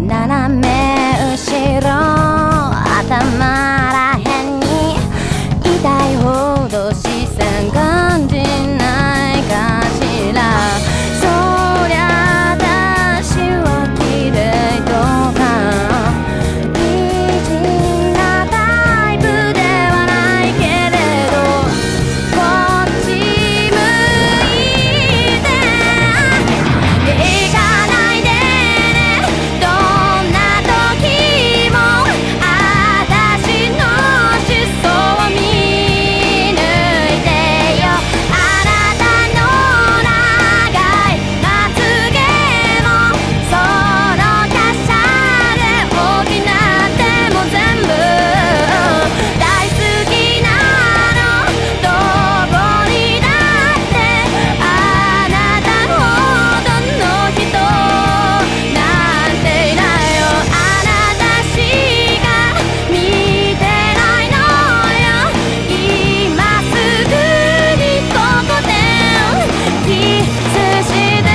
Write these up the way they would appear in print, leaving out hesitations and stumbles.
斜め後ろ頭らへんに痛いほど視線感じないかしらそりゃ私は綺麗とか美人なタイプではないけれどこっち向いて行かないでねどんな時も私の思想を見抜いてよあなたの長いまつげもその華奢で大きな手も全部大好きなのどこにだってあなたほどの人なんていないよあなたしか見てないのよ今すぐにここでキスして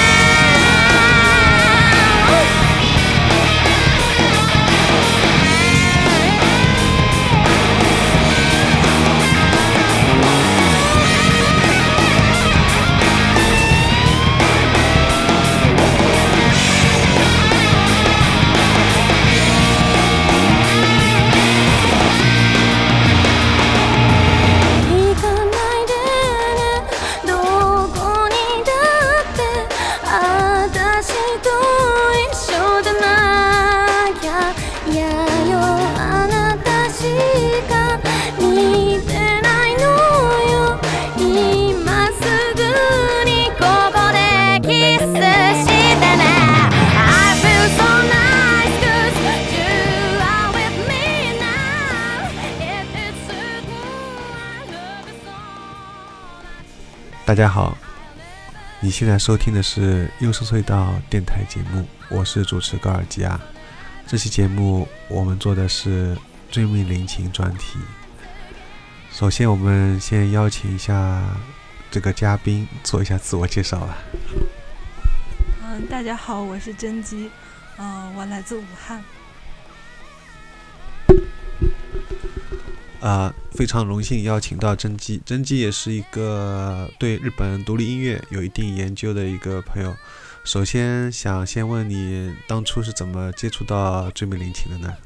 行かないでねどこにだって私と一緒でなきゃ嫌よあなたしか見てないのよ今すぐにここでキスしてね I feel so nice 'cause you are with me now If it's so cool I love it so much 大家好，你现在收听的是优声隧道电台节目，我是主持高尔基亚。这期节目我们做的是追命灵琴专题。首先我们先邀请一下这个嘉宾做一下自我介绍吧。 大家好，我是甄姬，我来自武汉。 非常荣幸邀请到甄姬，甄姬也是一个对日本独立音乐有一定研究的一个朋友。首先想先问你，当初是怎么接触到追命灵琴的呢？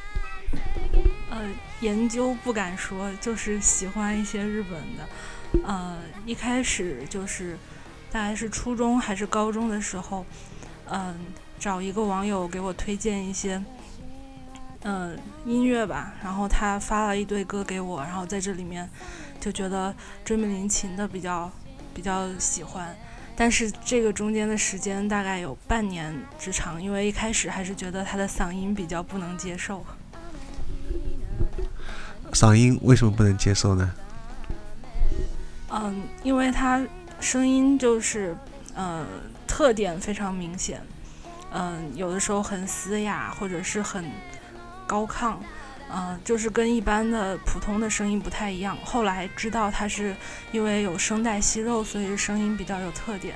研究不敢说，就是喜欢一些日本的。一开始就是大概是初中还是高中的时候，找一个网友给我推荐一些音乐吧，然后他发了一堆歌给我，然后在这里面就觉得追命灵琴的比较喜欢，但是这个中间的时间大概有半年之长，因为一开始还是觉得他的嗓音比较不能接受。 嗓音为什么不能接受呢？ 因为他声音就是特点非常明显，有的时候很嘶哑或者是很高亢，就是跟一般的普通的声音不太一样。后来知道他是因为有声带息肉，所以声音比较有特点。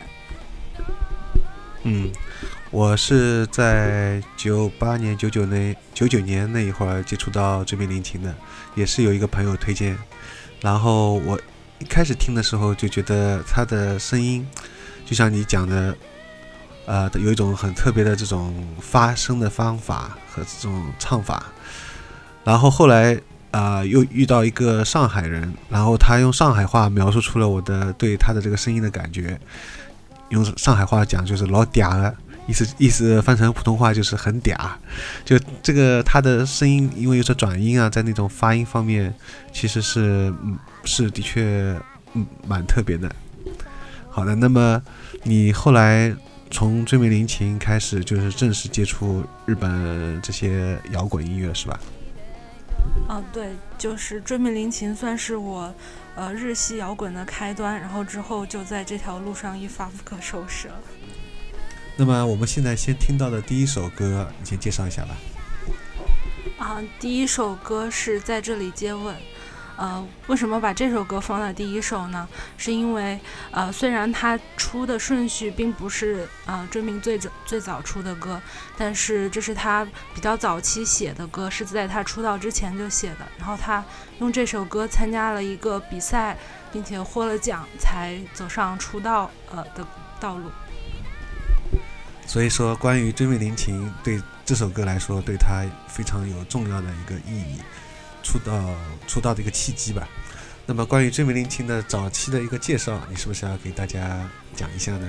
我是在98年、99年那一会儿接触到追命灵琴的，也是有一个朋友推荐。然后我一开始听的时候就觉得他的声音，就像你讲的，有一种很特别的这种发声的方法和这种唱法。然后后来又遇到一个上海人，然后他用上海话描述出了我的对他的这个声音的感觉。用上海话讲就是老嗲了，意思翻成普通话就是很嗲。就这个他的声音因为有着转音啊，在那种发音方面其实是的确蛮特别的。好的，那么你后来从追命灵琴开始就是正式接触日本这些摇滚音乐是吧？ 对，就是追命灵琴算是我日系摇滚的开端，然后之后就在这条路上一发不可收拾了。 那么我们现在先听到的第一首歌，你先介绍一下吧。 第一首歌是在这里接吻。 为什么把这首歌放在第一首呢？是因为虽然它出的顺序并不是追名最早出的歌，但是这是他比较早期写的歌，是在他出道之前就写的。然后他用这首歌参加了一个比赛，并且获了奖，才走上出道的道路。 所以说，关于追命林檎对这首歌来说，对他非常有重要的一个意义，出道的一个契机吧。那么关于追命林檎的早期的一个介绍，你是不是要给大家讲一下呢？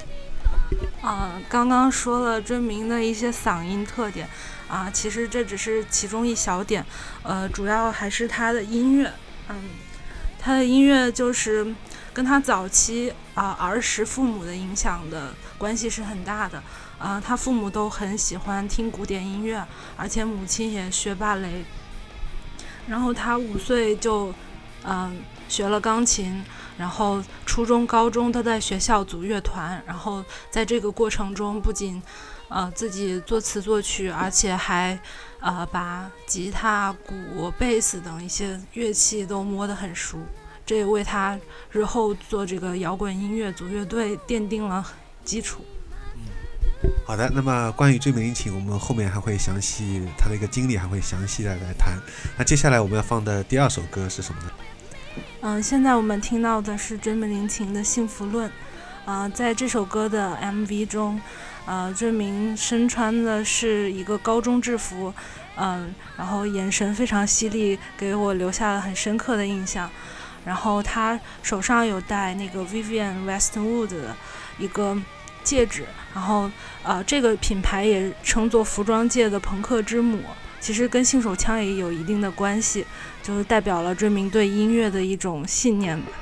刚刚说了追名的一些嗓音特点其实这只是其中一小点，主要还是他的音乐。他的音乐就是跟他早期儿时父母的影响的关系是很大的。他父母都很喜欢听古典音乐，而且母亲也学芭蕾。然后他5岁就学了钢琴，然后初中高中都在学校组乐团，然后在这个过程中不仅自己作词作曲，而且还把吉他、鼓、贝斯等一些乐器都摸得很熟，这也为他日后做这个摇滚音乐组乐队奠定了基础。 好的，那么关于追命林檎，我们后面还会详细他的一个经历，还会详细的来谈。那接下来我们要放的第2首歌是什么呢？ 现在我们听到的是追命林檎的《幸福论》。在这首歌的 MV 中，追命身穿的是一个高中制服，然后眼神非常犀利，给我留下了很深刻的印象。然后他手上有戴那个 Vivienne Westwood 的一个戒指，然后这个品牌也称作服装界的朋克之母，其实跟信手枪也有一定的关系，就是代表了追命对音乐的一种信念吧。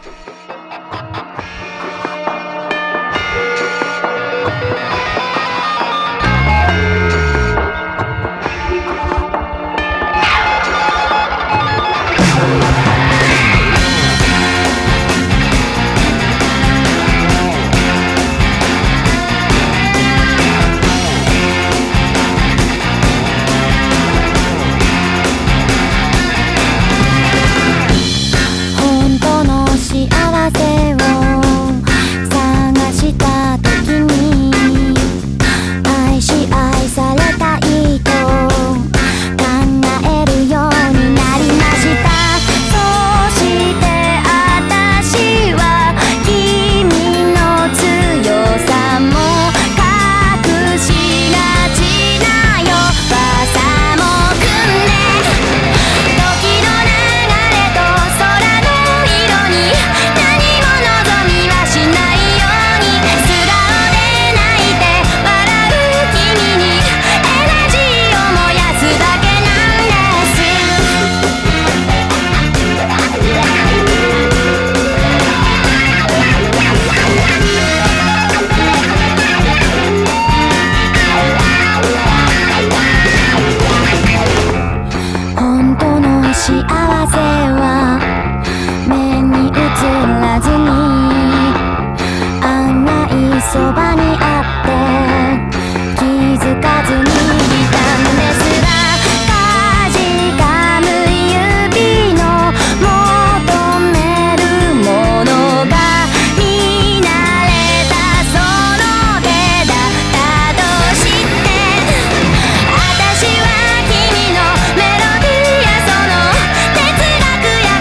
「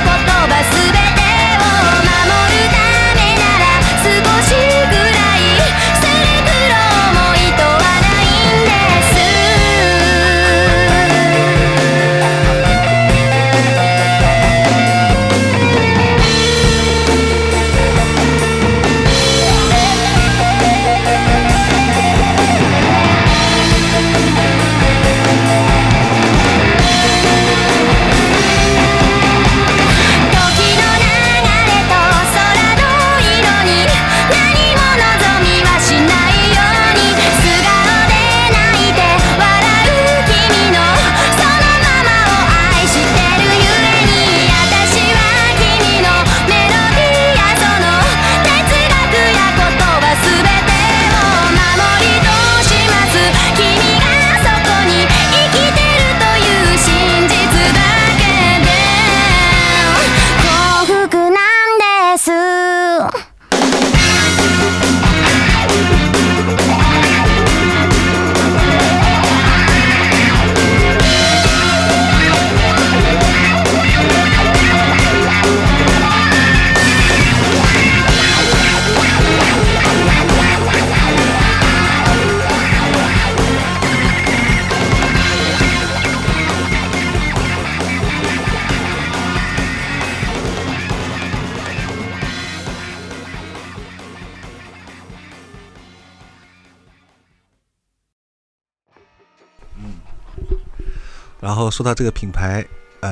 然后说到这个品牌，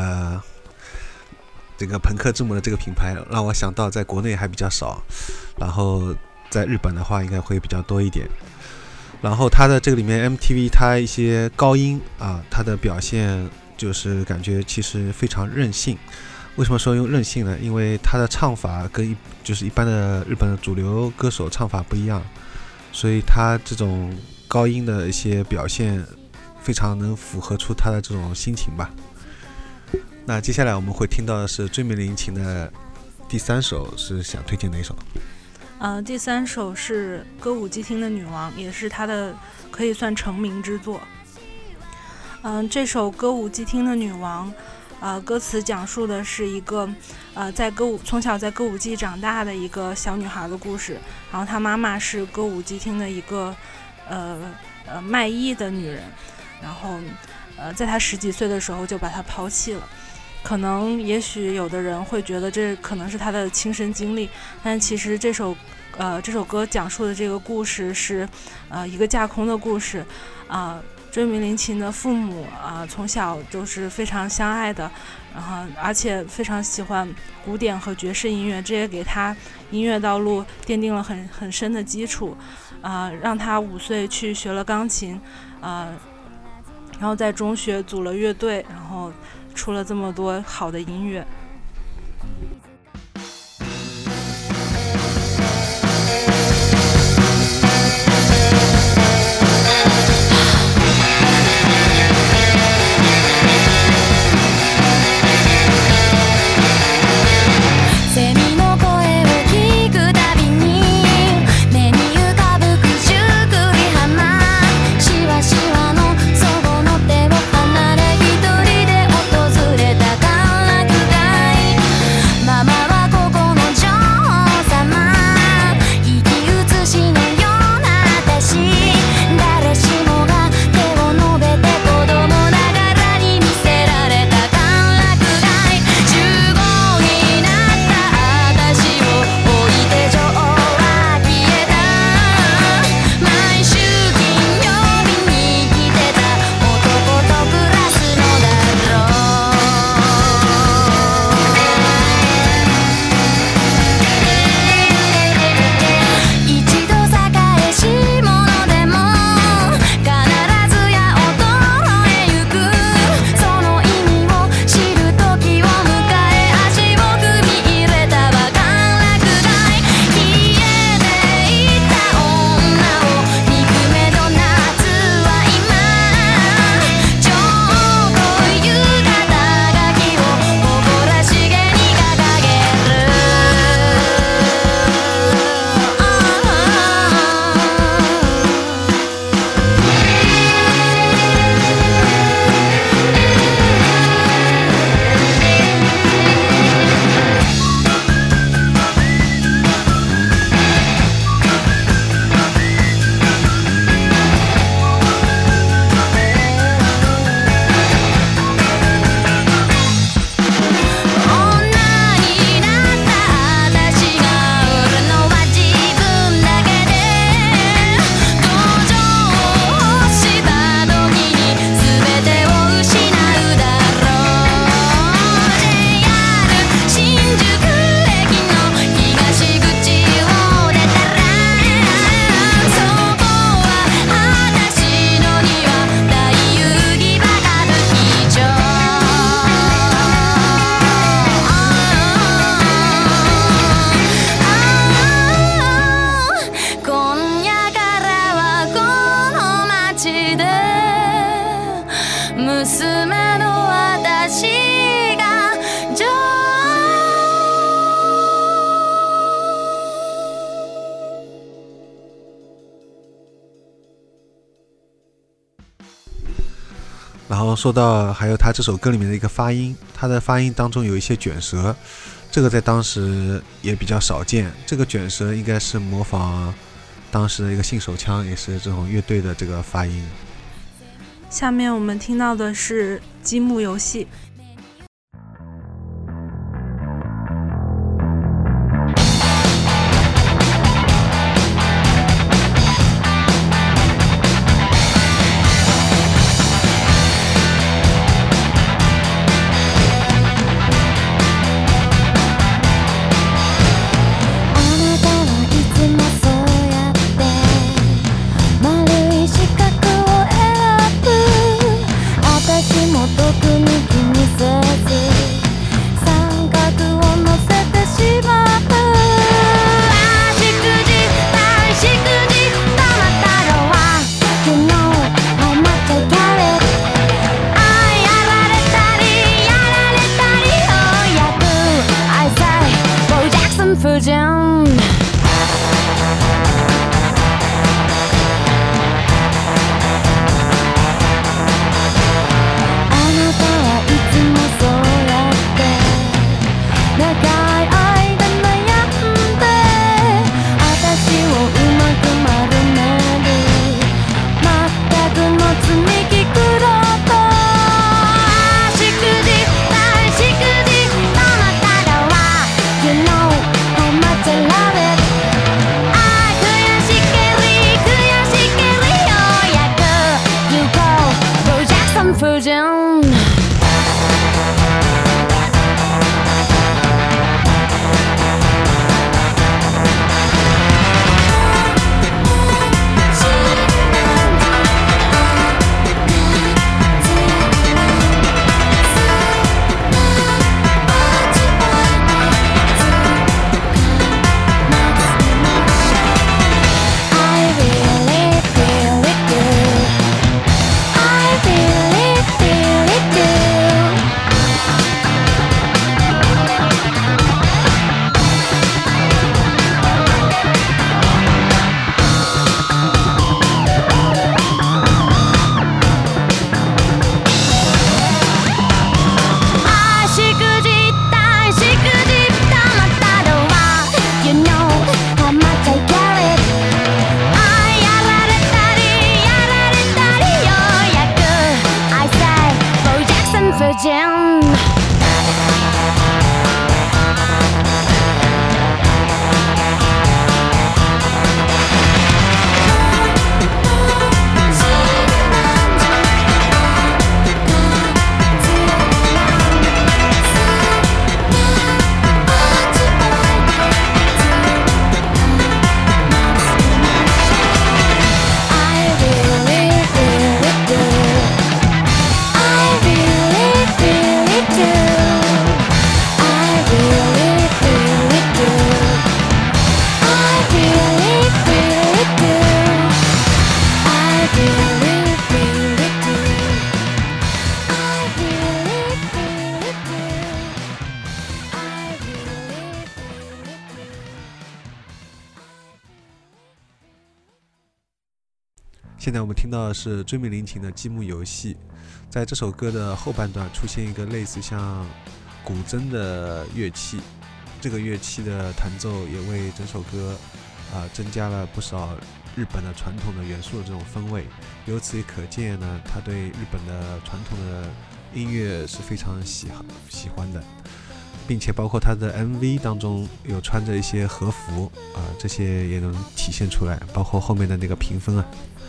这个朋克之母的这个品牌，让我想到在国内还比较少，然后在日本的话应该会比较多一点。然后它的这个里面 MTV 它一些高音啊，它的表现就是感觉其实非常任性。为什么说用任性呢？因为它的唱法跟一般的日本的主流歌手唱法不一样，所以它这种高音的一些表现非常能符合出他的这种心情吧。那接下来我们会听到的是追名林檎的第3首，是想推荐哪一首？ 第3首是歌舞伎町的女王，也是她的可以算成名之作。这首歌舞伎町的女王，歌词讲述的是一个从小在歌舞伎长大的一个小女孩的故事。然后她妈妈是歌舞伎町的一个卖艺的女人，然后在她10几岁的时候就把她抛弃了。也许有的人会觉得这可能是她的亲身经历，但其实这首歌讲述的这个故事是一个架空的故事。追名林檎的父母从小就是非常相爱的，然后而且非常喜欢古典和爵士音乐，这也给他音乐道路奠定了很深的基础。让他5岁去学了钢琴，然后在中学组了乐队，然后出了这么多好的音乐。 然后说到还有他这首歌里面的一个发音，他的发音当中有一些卷舌，这个在当时也比较少见。这个卷舌应该是模仿当时的一个信手枪，也是这种乐队的这个发音。 下面我们听到的是积木游戏。 现在我们听到的是追命林檎的《积木游戏》。在这首歌的后半段出现一个类似像古筝的乐器，这个乐器的弹奏也为整首歌增加了不少日本的传统的元素的这种风味。由此也可见呢，他对日本的传统的音乐是非常喜欢的，并且包括他的 MV 当中有穿着一些和服这些也能体现出来，包括后面的那个评分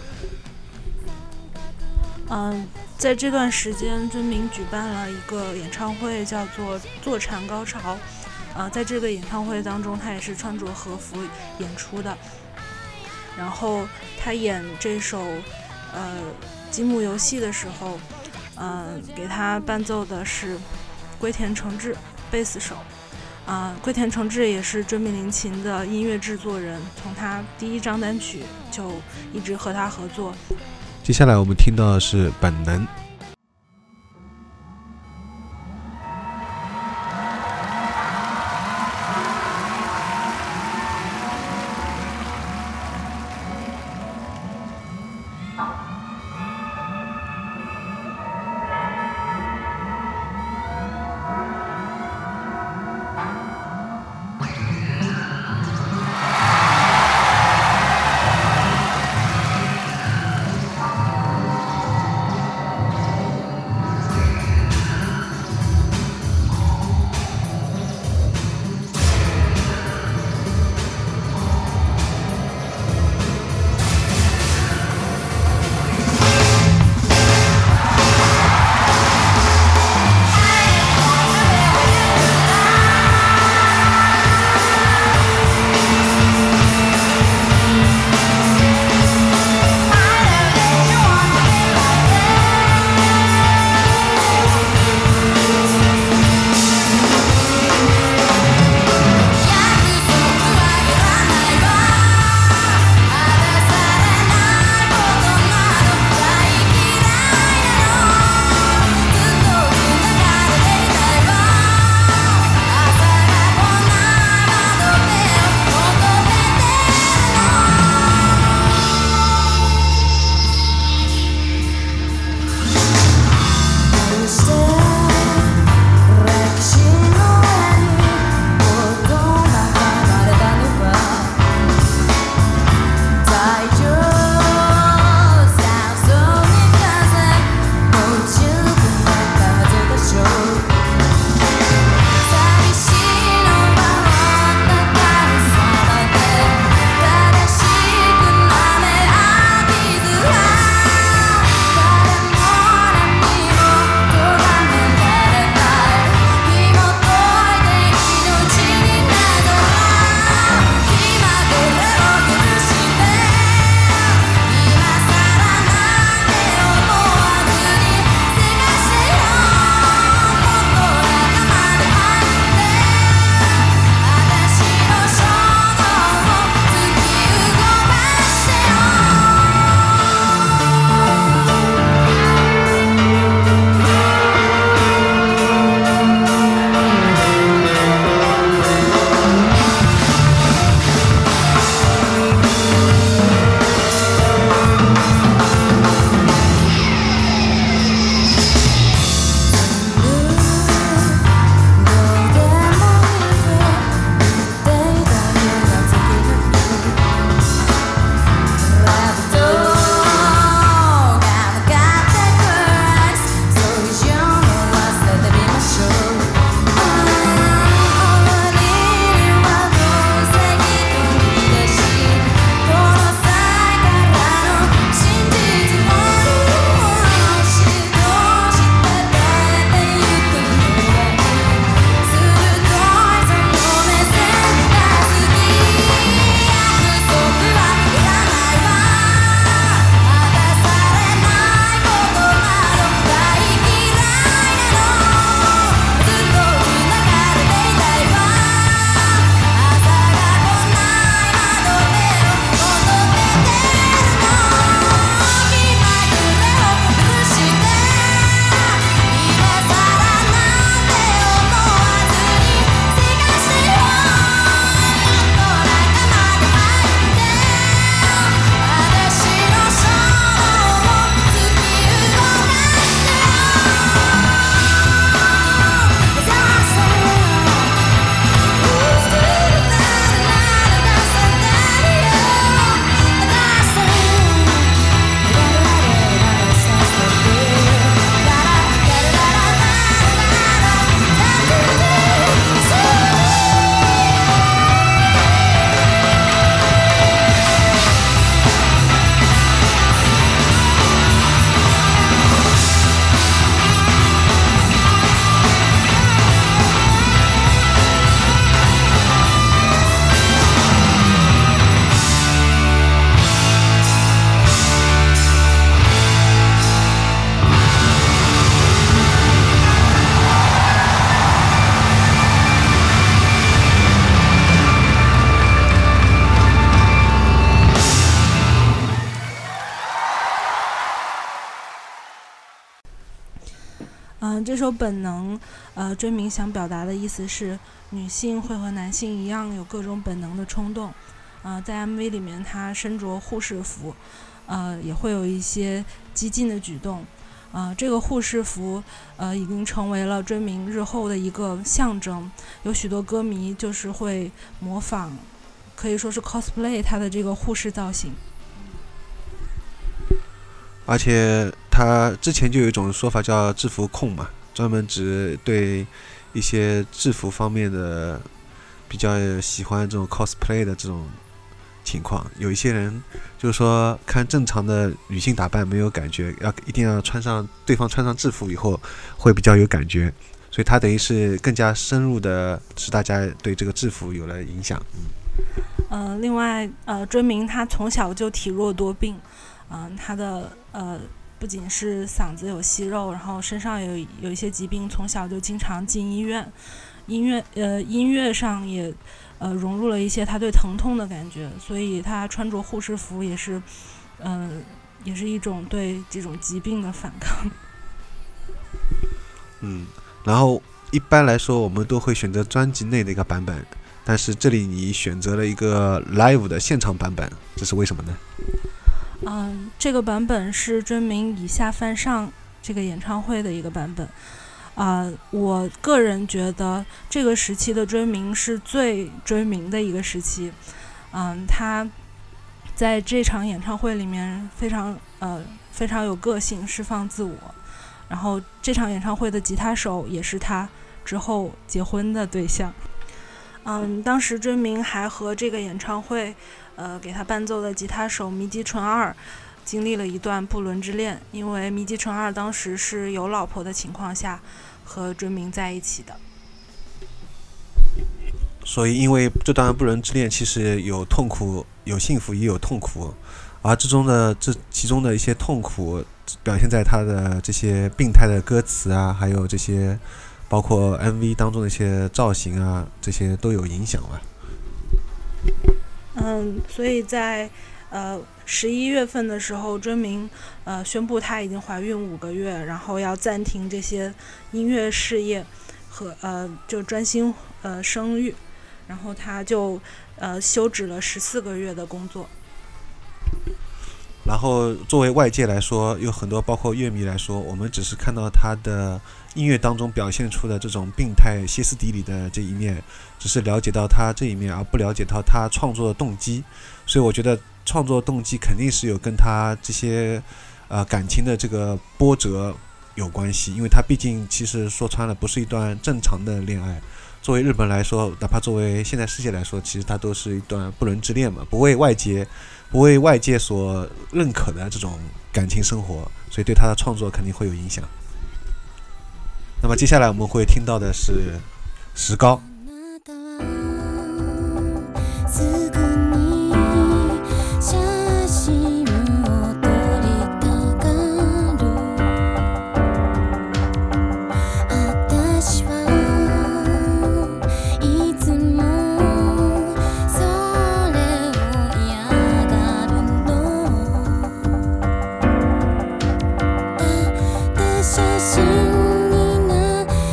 在这段时间，追名举办了一个演唱会，叫做《坐禅高潮》。在这个演唱会当中，他也是穿着和服演出的。然后他演这首积木游戏的时候，给他伴奏的是龟田诚治贝斯手。龟田诚治也是追命林檎的音乐制作人，从他第一张单曲就一直和他合作。 接下来我们听到的是本能。 这首《本能》，追明想表达的意思是，女性会和男性一样有各种本能的冲动。在 MV 里面，她身着护士服，也会有一些激进的举动。这个护士服，已经成为了追明日后的一个象征。有许多歌迷就是会模仿，可以说是 cosplay 她的这个护士造型。 而且他之前就有一种说法叫制服控嘛，专门指对一些制服方面的比较喜欢这种 cosplay 的这种情况。有一些人就是说看正常的女性打扮没有感觉，一定要对方穿上制服以后会比较有感觉，所以他等于是更加深入的使大家对这个制服有了影响。 另外追明他从小就体弱多病，他的不仅是嗓子有息肉，然后身上有一些疾病，从小就经常进医院。音乐上也融入了一些他对疼痛的感觉，所以他穿着护士服也是一种对这种疾病的反抗。 然后一般来说我们都会选择专辑内的一个版本，但是这里你选择了一个 live 的现场版本，这是为什么呢？ 这个版本是追明以下犯上这个演唱会的一个版本。我个人觉得这个时期的追明是最追明的一个时期。他在这场演唱会里面非常有个性，释放自我。然后这场演唱会的吉他手也是他之后结婚的对象。当时追明还和这个演唱会给他伴奏的吉他手迷吉纯二经历了一段不伦之恋，因为迷吉纯二当时是有老婆的情况下和追明在一起的。 所以因为这段不伦之恋其实有痛苦，有幸福也有痛苦，而这其中的一些痛苦表现在他的这些病态的歌词啊，还有这些包括 MV 当中的一些造型啊，这些都有影响吧。 所以在11月份的时候，追明宣布她已经怀孕5个月，然后要暂停这些音乐事业和就专心生育，然后她就休止了14个月的工作。 然后作为外界来说，有很多包括乐迷来说，我们只是看到他的音乐当中表现出的这种病态歇斯底里的这一面，只是了解到他这一面，而不了解到他创作的动机。所以我觉得创作动机肯定是有跟他这些感情的这个波折有关系，因为他毕竟其实说穿了不是一段正常的恋爱。作为日本来说，哪怕作为现在世界来说，其实它都是一段不伦之恋嘛，不为外界所认可的这种感情生活，所以对他的创作肯定会有影响。那么接下来我们会听到的是石膏。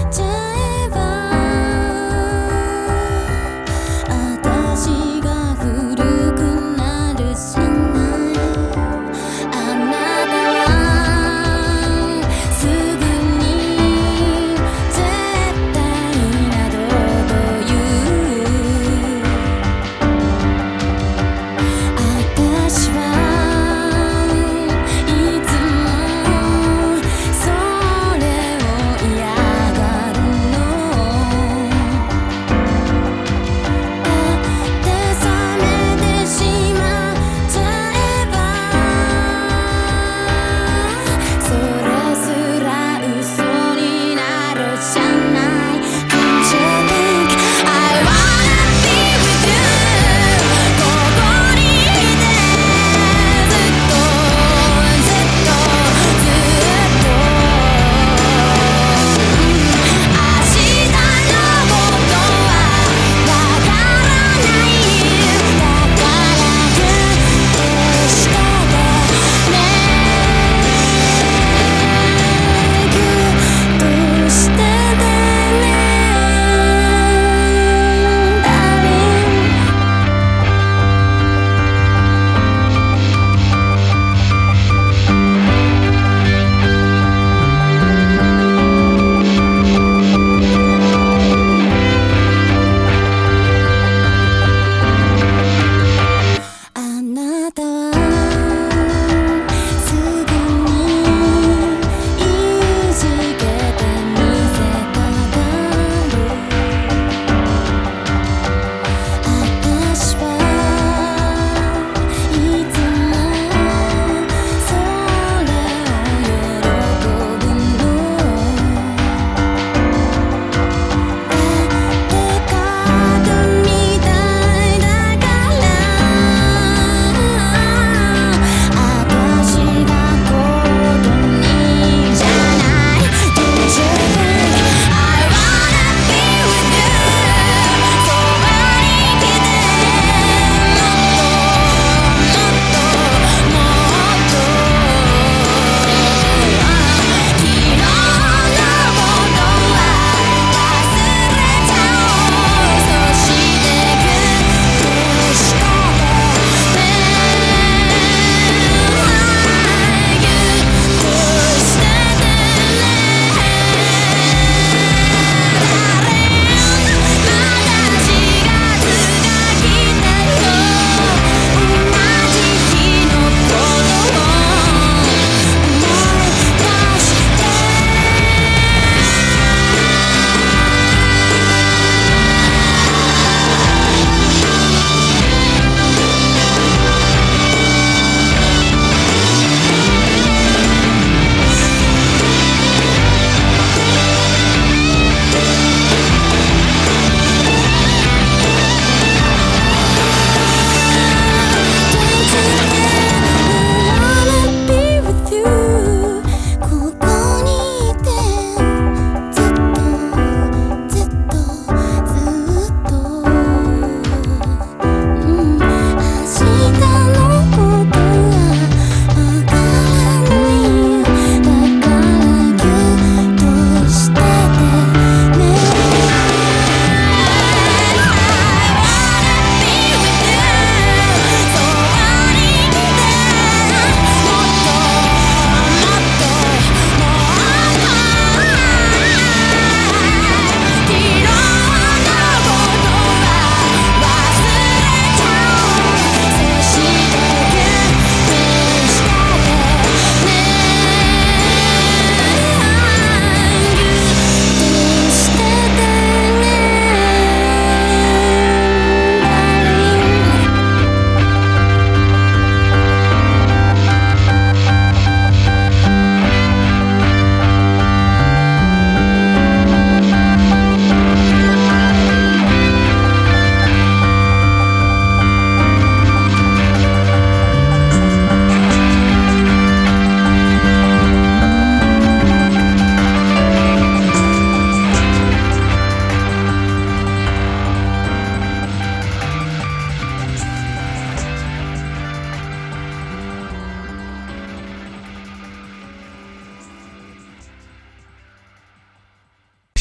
私が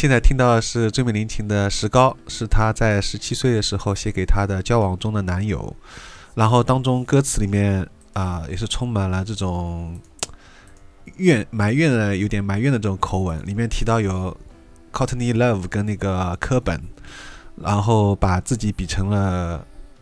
现在听到的是追美林琴的《石膏》，是她在17岁的时候写给她的交往中的男友，然后当中歌词里面也是充满了这种埋怨的有点埋怨的这种口吻，里面提到有 Courtney Love 跟那个科本，然后把自己比成了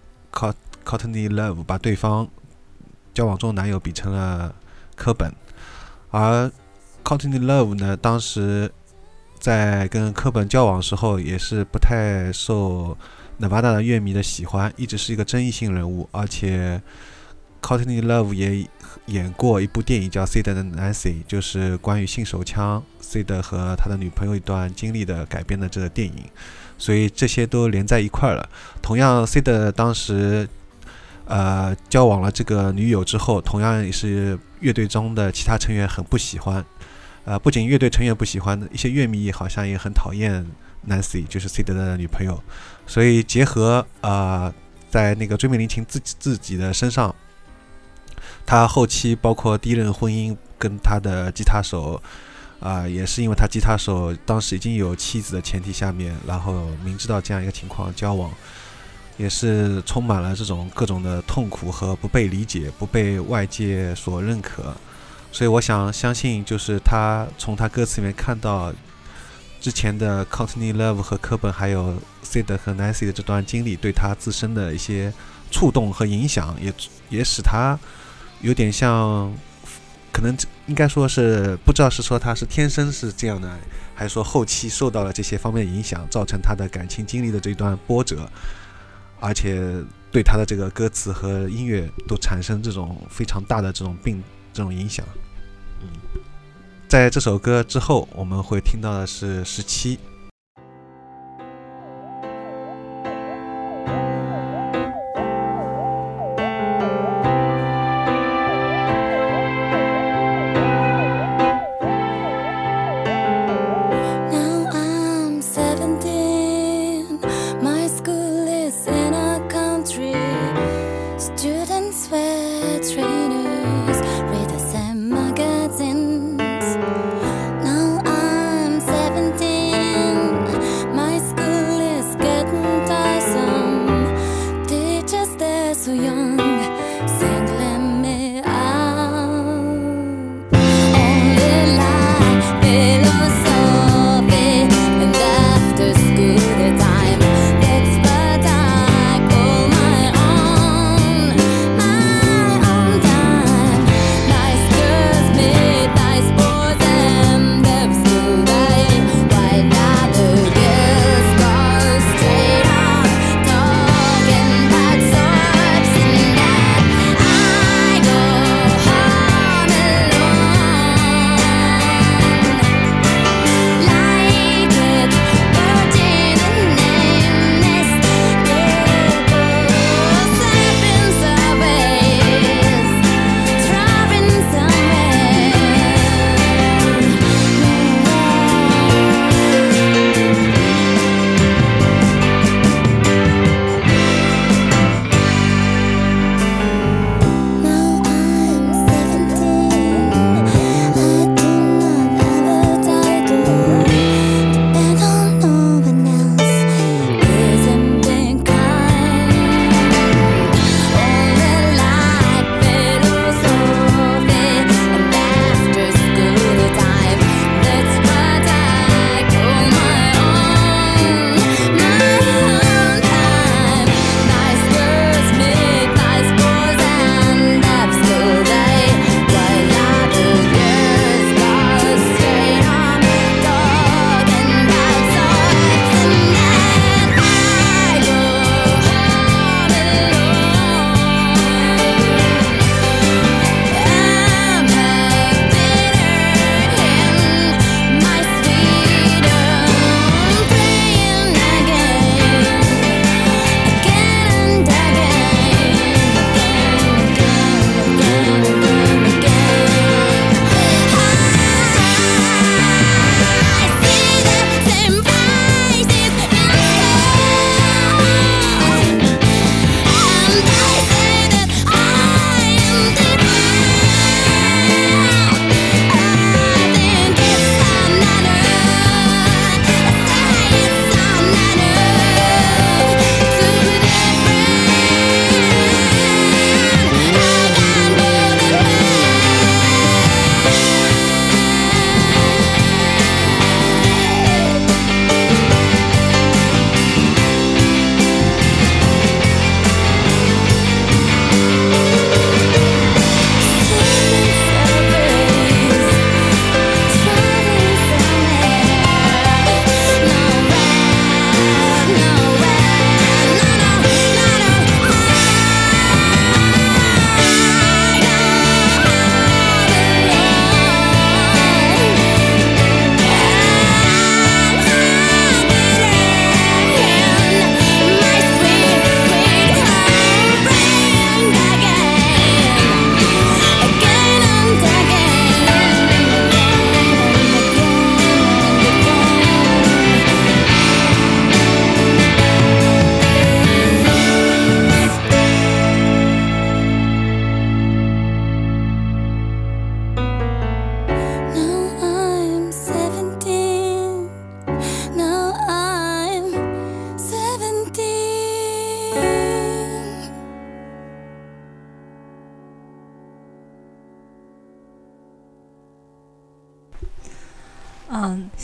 Courtney Love， 把对方交往中的男友比成了科本，而 Courtney Love 呢，当时在跟科本交往的时候也是不太受Nevada的乐迷的喜欢，一直是一个争议性人物，而且 Courtney Love 也演过一部电影叫 Sid and Nancy， 就是关于性手枪 Sid 和他的女朋友一段经历的改编的这个电影，所以这些都连在一块了。同样 Sid 当时交往了这个女友之后，同样也是乐队中的其他成员很不喜欢，不仅乐队成员不喜欢，一些乐迷好像也很讨厌 Nancy， 就是 Sid 的女朋友，所以结合在那个追美林琴自己的身上，他后期包括第一任婚姻跟他的吉他手也是因为他吉他手当时已经有妻子的前提下面，然后明知道这样一个情况交往，也是充满了这种各种的痛苦和不被理解，不被外界所认可。所以我相信就是他从他歌词里面看到之前的 Courtney Love 和科本还有 Sid 和 Nancy 的这段经历对他自身的一些触动和影响，也使他有点像，可能应该说是不知道是说他是天生是这样的，还是说后期受到了这些方面的影响，造成他的感情经历的这段波折，而且对他的这个歌词和音乐都产生这种非常大的这种影响。在这首歌之后我们会听到的是17。 Now I'm 17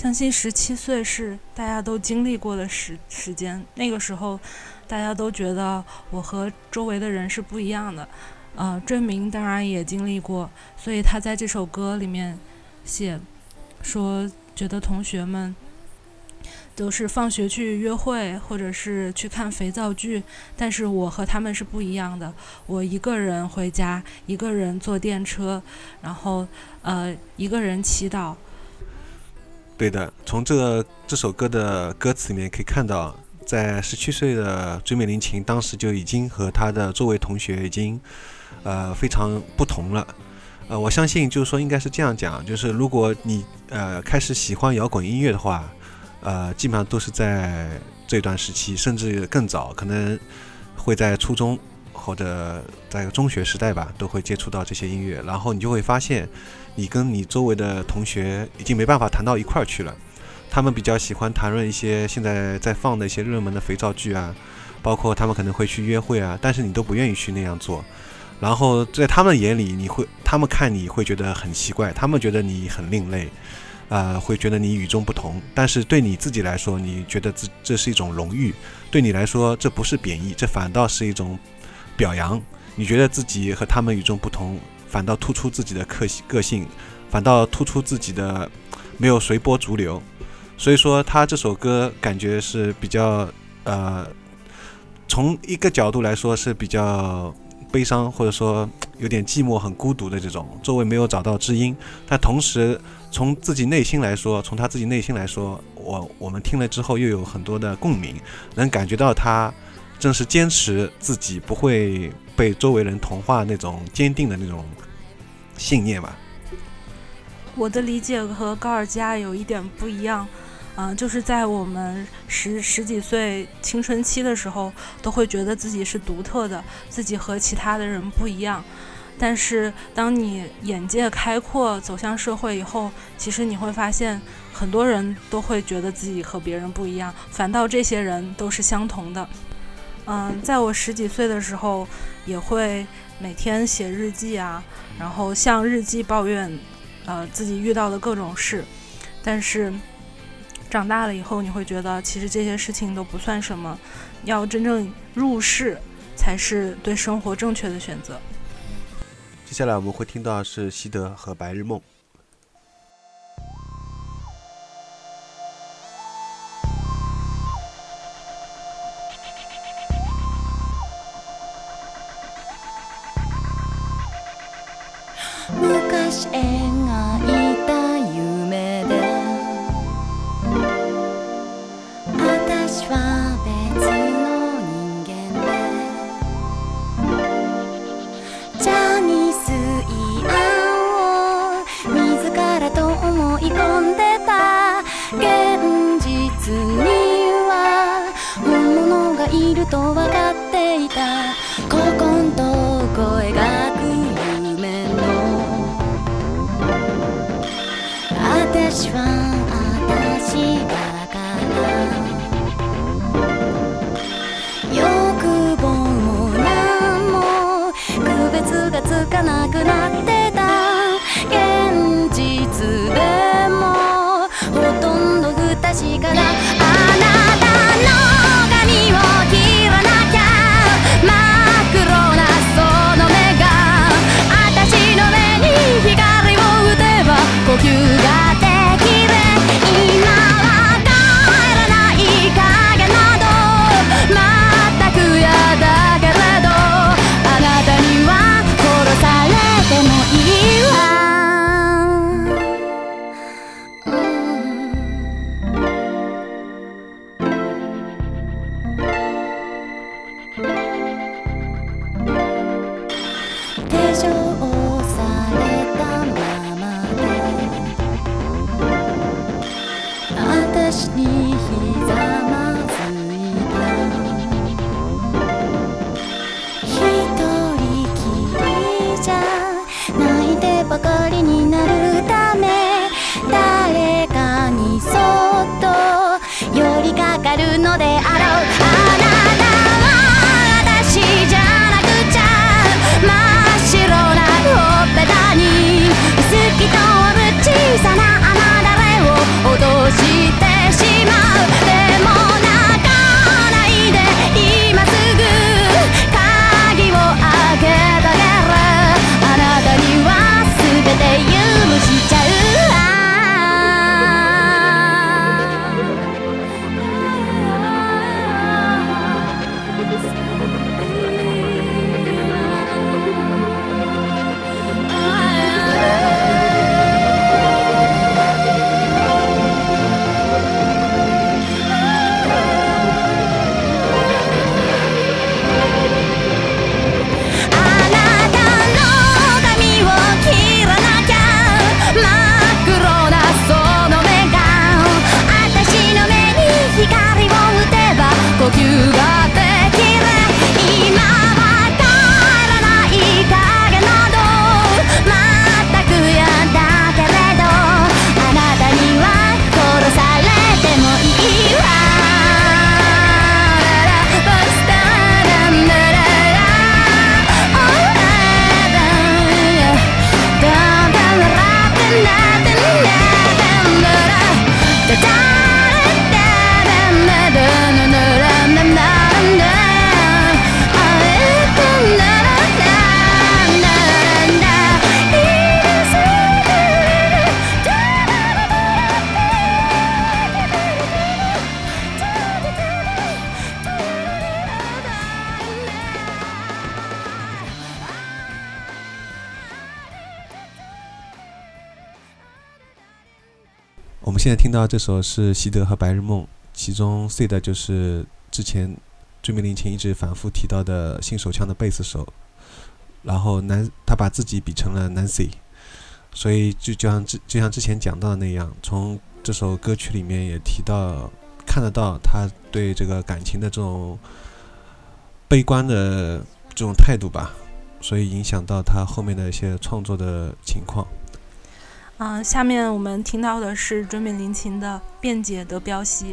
相信17岁是大家都经历过的时间，那个时候大家都觉得我和周围的人是不一样的。追明当然也经历过，所以他在这首歌里面写说，觉得同学们都是放学去约会或者是去看肥皂剧，但是我和他们是不一样的。我一个人回家，一个人坐电车，然后一个人祈祷。 对的，从这首歌的歌词里面可以看到，在17岁的追美林琴当时就已经和他的周围同学已经非常不同了。我相信就是说应该是这样讲，就是如果你开始喜欢摇滚音乐的话，基本上都是在这段时期，甚至更早，可能会在初中或者在中学时代吧，都会接触到这些音乐。然后你就会发现，你跟你周围的同学已经没办法谈到一块儿去了。他们比较喜欢谈论一些现在在放的一些热门的肥皂剧啊，包括他们可能会去约会啊，但是你都不愿意去那样做。然后在他们眼里，他们看你会觉得很奇怪，他们觉得你很另类，会觉得你与众不同。但是对你自己来说，你觉得这是一种荣誉，对你来说这不是贬义，这反倒是一种表扬。你觉得自己和他们与众不同，反倒突出自己的个性，反倒突出自己的没有随波逐流。所以说他这首歌感觉是比较从一个角度来说是比较悲伤，或者说有点寂寞很孤独的这种，周围没有找到知音。但同时从他自己内心来说，我们听了之后又有很多的共鸣，能感觉到他正是坚持自己不会被周围人同化那种坚定的那种信念吧。 我的理解和高尔基亚有一点不一样，就是在我们十几岁青春期的时候，都会觉得自己是独特的，自己和其他的人不一样。但是当你眼界开阔，走向社会以后，其实你会发现很多人都会觉得自己和别人不一样，反倒这些人都是相同的。在我10几岁的时候，也会每天写日记啊，然后向日记抱怨自己遇到的各种事。但是长大了以后，你会觉得其实这些事情都不算什么，要真正入世才是对生活正确的选择。 接下来我们会听到是西德和白日梦。 昔描いた夢で私は別の人間でジャニスイアンを自らと思い込んでた。現実には本物がいると分かっていた。ここんとこ描く夢の私は私だから欲望も何も区別がつかなくなってた。現実でもほとんど不確かだ。あなたの髪を切らなきゃ真っ黒なその目が私の目に光を打てば呼吸ができる。今は帰らない影など全く嫌だけれどあなたには殺されてもいいわ。手錠されたまま私にひざまずいた。一人きりじゃ泣いてばかりになるため誰かにそっと寄りかかるのであろう。あなたは私じゃなくちゃ真っ白なほっぺたに透き通る小さな雨だれを落とし们现在听到这首是西德和白日梦，其中 C 的就是之前追名林檎一直反复提到的新手枪的贝斯手，然后他把自己比成了 Nancy， 所以就像之前讲到的那样，从这首歌曲里面也看得到他对这个感情的这种悲观的这种态度吧，所以影响到他后面的一些创作的情况。 下面我们听到的是追名林檎的《辩解德彪西》。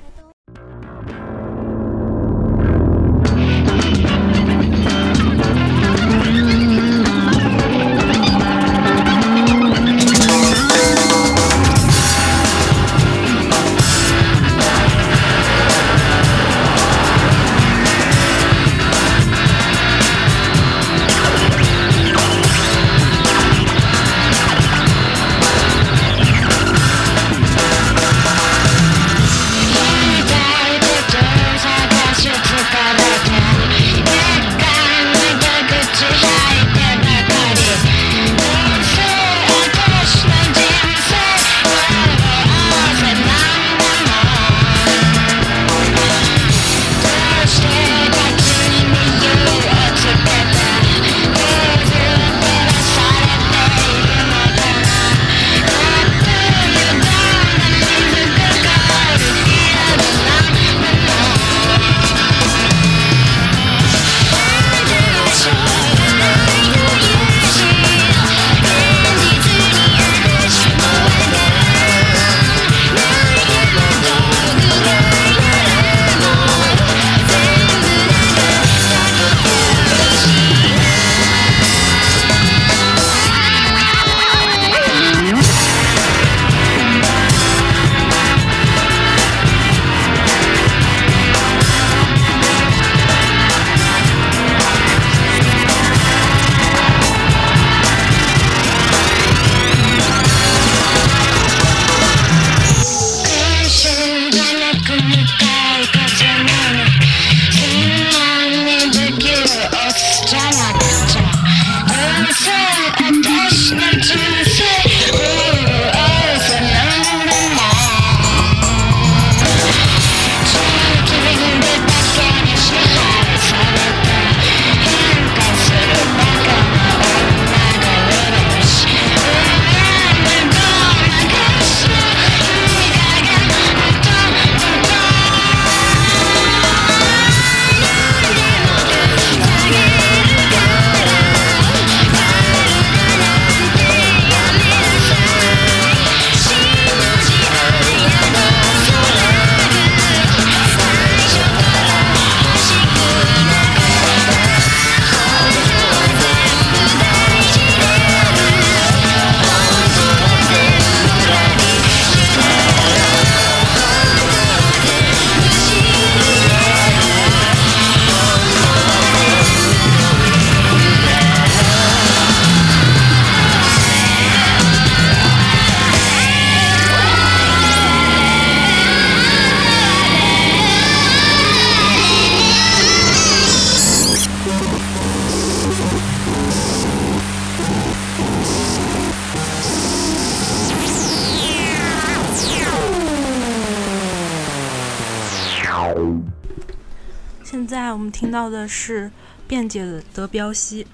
现在我们听到的是辩解的德彪西。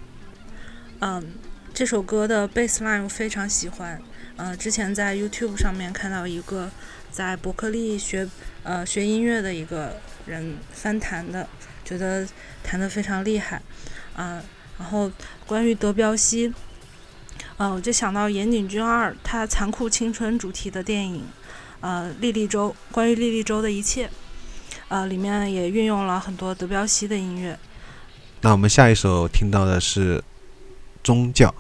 这首歌的 bassline 我非常喜欢。之前在 YouTube 上面看到一个在伯克利学音乐的一个人翻弹的，觉得弹得非常厉害。然后关于德彪西，我就想到岩井俊二他残酷青春主题的电影莉莉周，关于莉莉周的一切，里面也运用了很多德彪西的音乐。 那我们下一首听到的是宗教。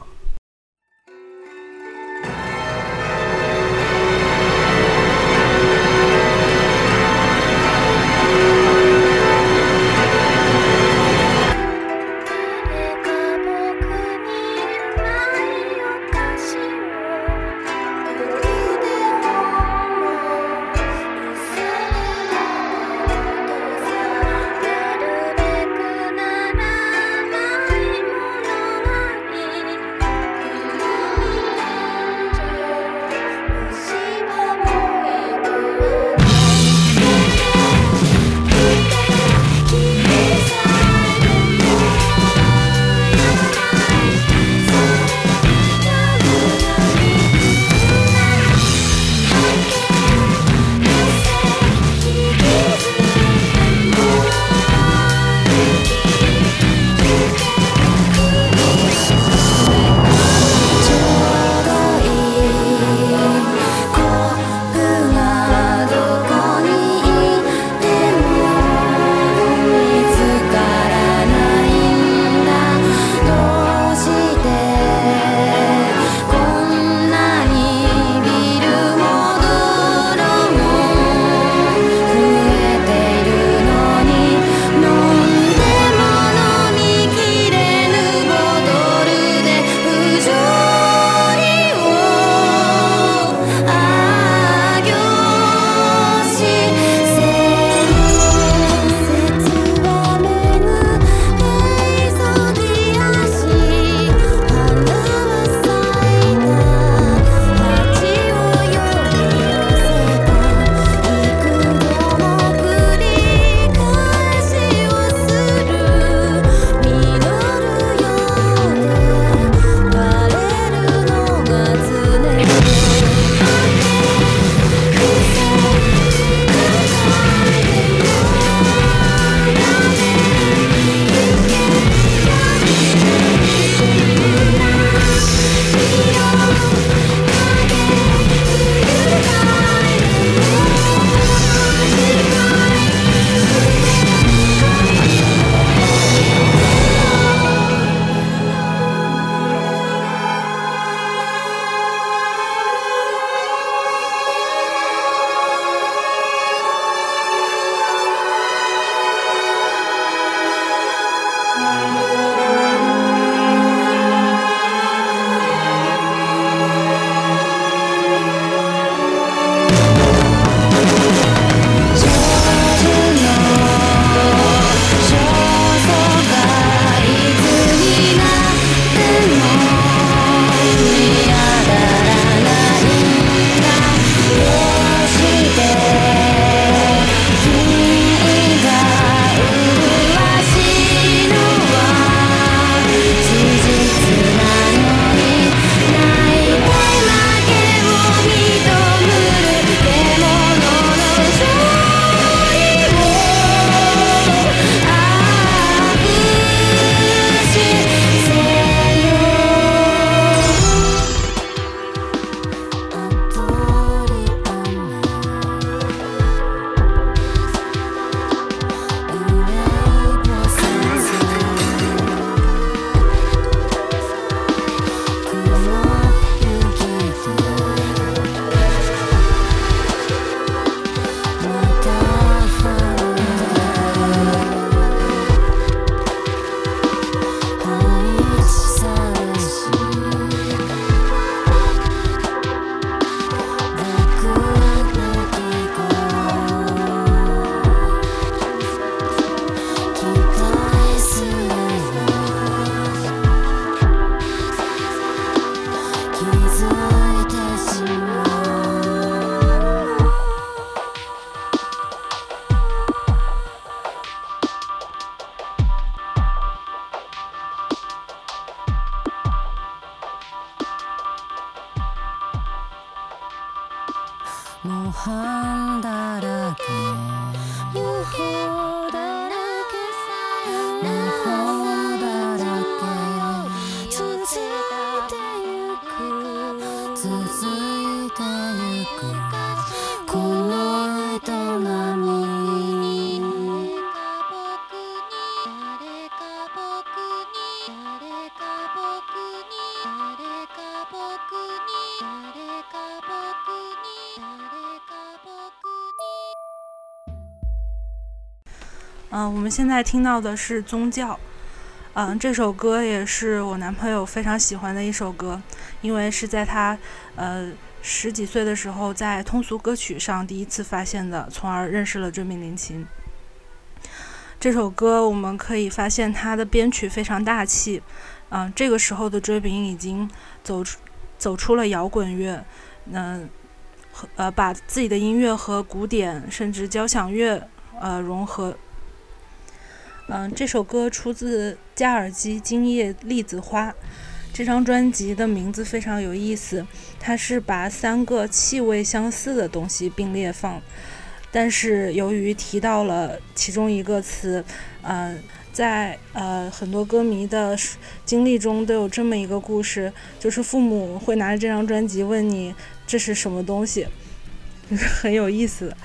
我们现在听到的是宗教。这首歌也是我男朋友非常喜欢的一首歌，因为是在他10几岁的时候在通俗歌曲上第一次发现的，从而认识了追命林檎。这首歌我们可以发现它的编曲非常大气，这个时候的追命已经走出了摇滚乐，把自己的音乐和古典甚至交响乐融合。这首歌出自加尔基今夜栗子花。这张专辑的名字非常有意思，它是把3个气味相似的东西并列放，但是由于提到了其中一个词，在很多歌迷的经历中都有这么一个故事，就是父母会拿着这张专辑问你这是什么东西，就是很有意思。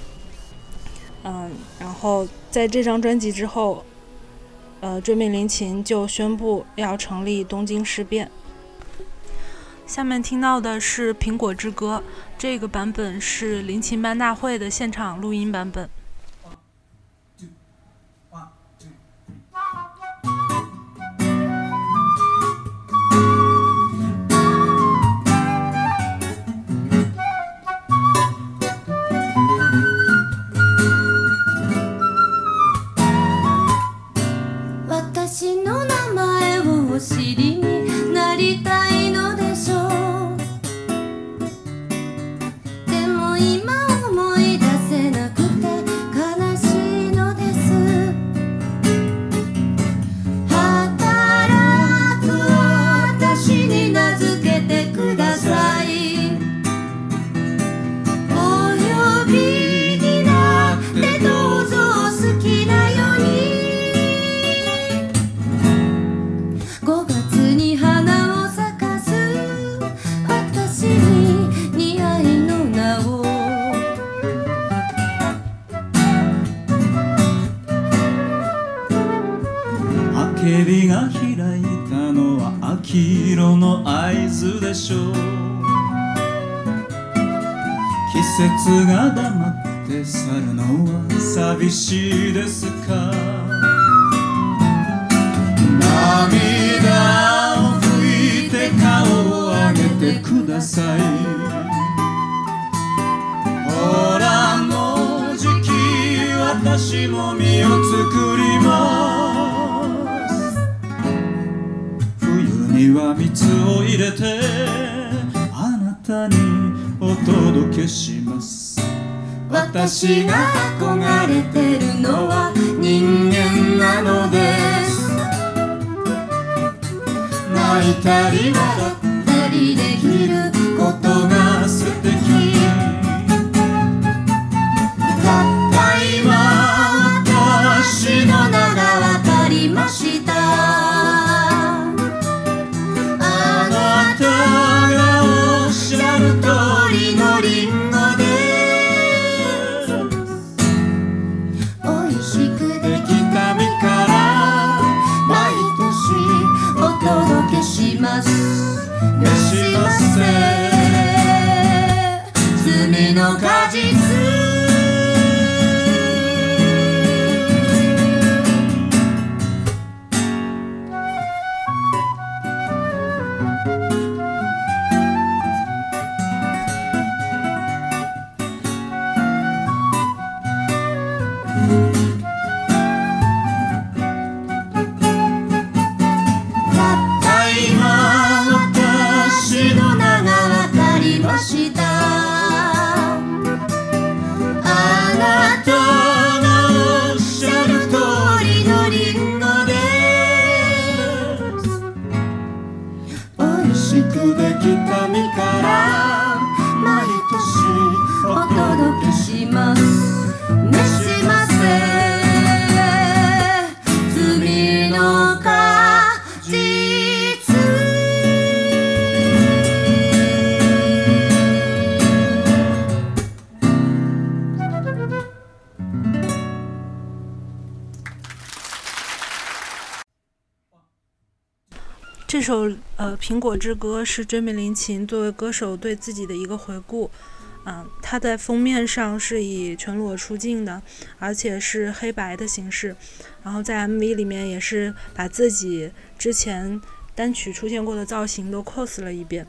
然后在这张专辑之后，追命林檎就宣布要成立东京事变。下面听到的是《苹果之歌》，这个版本是林檎班大会的现场录音版本。 蛇が開いたのは秋色の合図でしょう。季節が黙って去るのは寂しいですか。涙を拭いて顔を上げてください。ほらもうじき私も実を作ります。冬には蜜を入れてあなたにお届けします。私が憧れてるのは人間なのです。泣いたり笑ったりできることが素敵。たった今私の名がわかりました。あなたがおっしゃる通りのリンゴです。おいしくできた実から毎年お届けします。召しませ罪の果実。 这首苹果之歌是追命林檎作为歌手对自己的一个回顾。 它在封面上是以全裸出镜的，而且是黑白的形式，然后在 MV 里面也是把自己之前单曲出现过的造型都 cos 了一遍。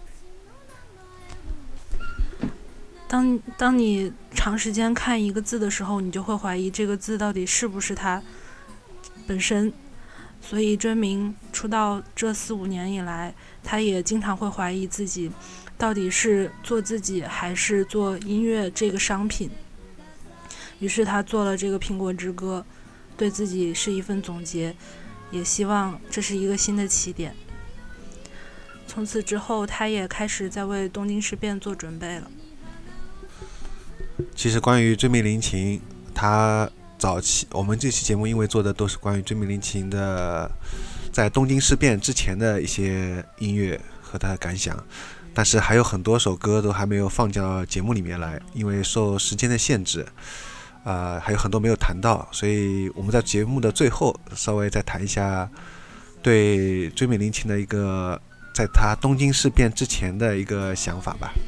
当你长时间看一个字的时候，你就会怀疑这个字到底是不是它本身。所以追明出道这4-5年以来，他也经常会怀疑自己到底是做自己还是做音乐这个商品。于是他做了这个《苹果之歌》，对自己是一份总结，也希望这是一个新的起点。从此之后，他也开始在为东京事变做准备了。 其实关于追命林檎，他早期我们这期节目因为做的都是关于追命林檎的在东京事变之前的一些音乐和他的感想，但是还有很多首歌都还没有放进到节目里面来，因为受时间的限制，还有很多没有谈到，所以我们在节目的最后稍微再谈一下对追命林檎的一个在他东京事变之前的一个想法吧。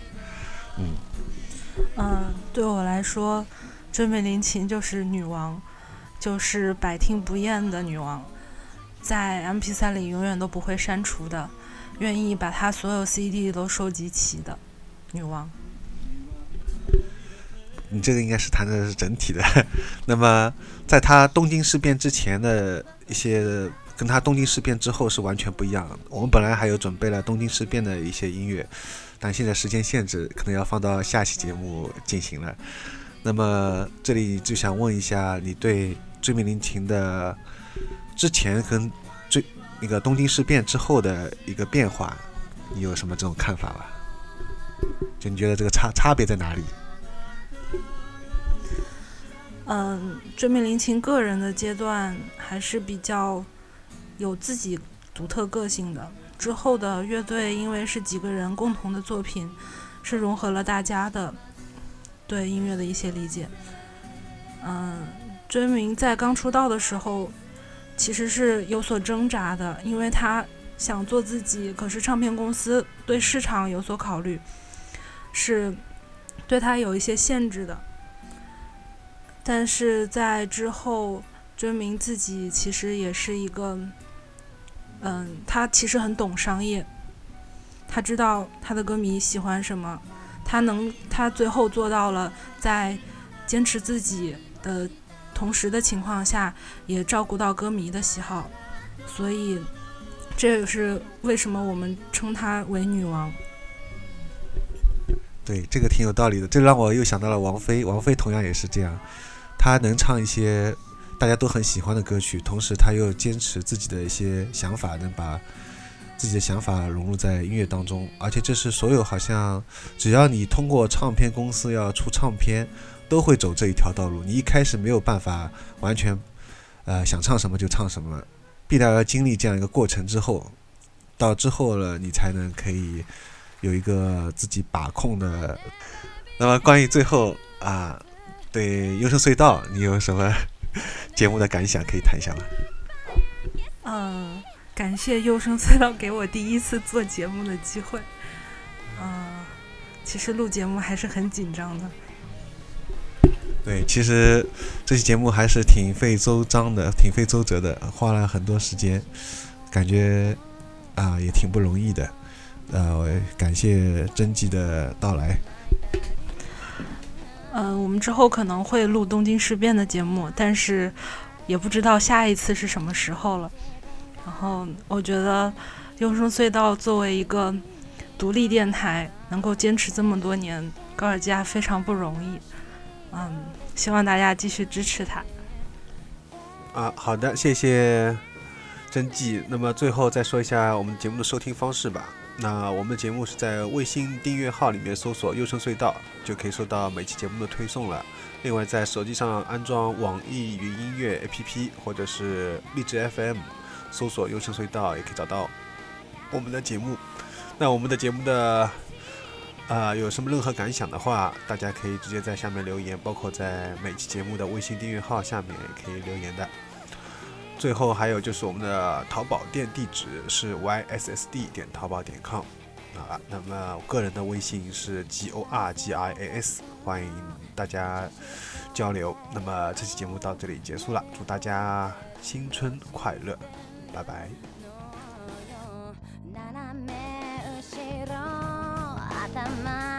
对我来说，追命林檎就是女王，就是百听不厌的女王，在 MP3 里永远都不会删除的，愿意把她所有 CD 都收集齐的女王。 你这个应该是谈的是整体的。那么在他东京事变之前的一些跟他东京事变之后是完全不一样的。我们本来还有准备了东京事变的一些音乐，但现在时间限制，可能要放到下期节目进行了。那么这里就想问一下，你对追命林檎的之前跟那个东京事变之后的一个变化，你有什么这种看法吧？就你觉得这个差别在哪里？ 追命林檎个人的阶段还是比较有自己独特个性的。之后的乐队因为是几个人共同的作品，是融合了大家的对音乐的一些理解。追命在刚出道的时候其实是有所挣扎的，因为他想做自己，可是唱片公司对市场有所考虑，是对他有一些限制的。但是在之后，追命自己其实也是一个他其实很懂商业，他知道他的歌迷喜欢什么，他最后做到了在坚持自己的同时的情况下，也照顾到歌迷的喜好，所以这也是为什么我们称她为女王。 对，这个挺有道理的，这让我又想到了王菲同样也是这样，她能唱一些大家都很喜欢的歌曲，同时她又坚持自己的一些想法，能把自己的想法融入在音乐当中，而且这是所有好像只要你通过唱片公司要出唱片，都会走这一条道路。你一开始没有办法完全想唱什么就唱什么，必然要经历这样一个过程之后，到之后了你才能可以有一个自己把控的。那么关于最后对优胜隧道你有什么节目的感想可以谈一下吗？ 感谢优胜隧道给我第一次做节目的机会。其实录节目还是很紧张的。 对，其实这期节目还是挺费周折的，花了很多时间，感觉也挺不容易的。感谢真纪的到来。 我们之后可能会录东京事变的节目，但是也不知道下一次是什么时候了。然后我觉得优胜隧道作为一个独立电台能够坚持这么多年，高尔基亚非常不容易。希望大家继续支持他。 好的，谢谢真纪。那么最后再说一下我们节目的收听方式吧。那我们的节目是在微信订阅号里面搜索优胜隧道，就可以收到每期节目的推送了。另外在手机上安装网易云音乐 APP 或者是荔枝 FM， 搜索优胜隧道也可以找到我们的节目。那我们的节目的有什么任何感想的话，大家可以直接在下面留言，包括在每期节目的微信订阅号下面也可以留言的。最后还有就是我们的淘宝店地址是 yssd.淘宝.com， 啊。那么我个人的微信是 GORGIAS， 欢迎大家交流。那么这期节目到这里结束了，祝大家新春快乐，拜拜。 斜め後ろ頭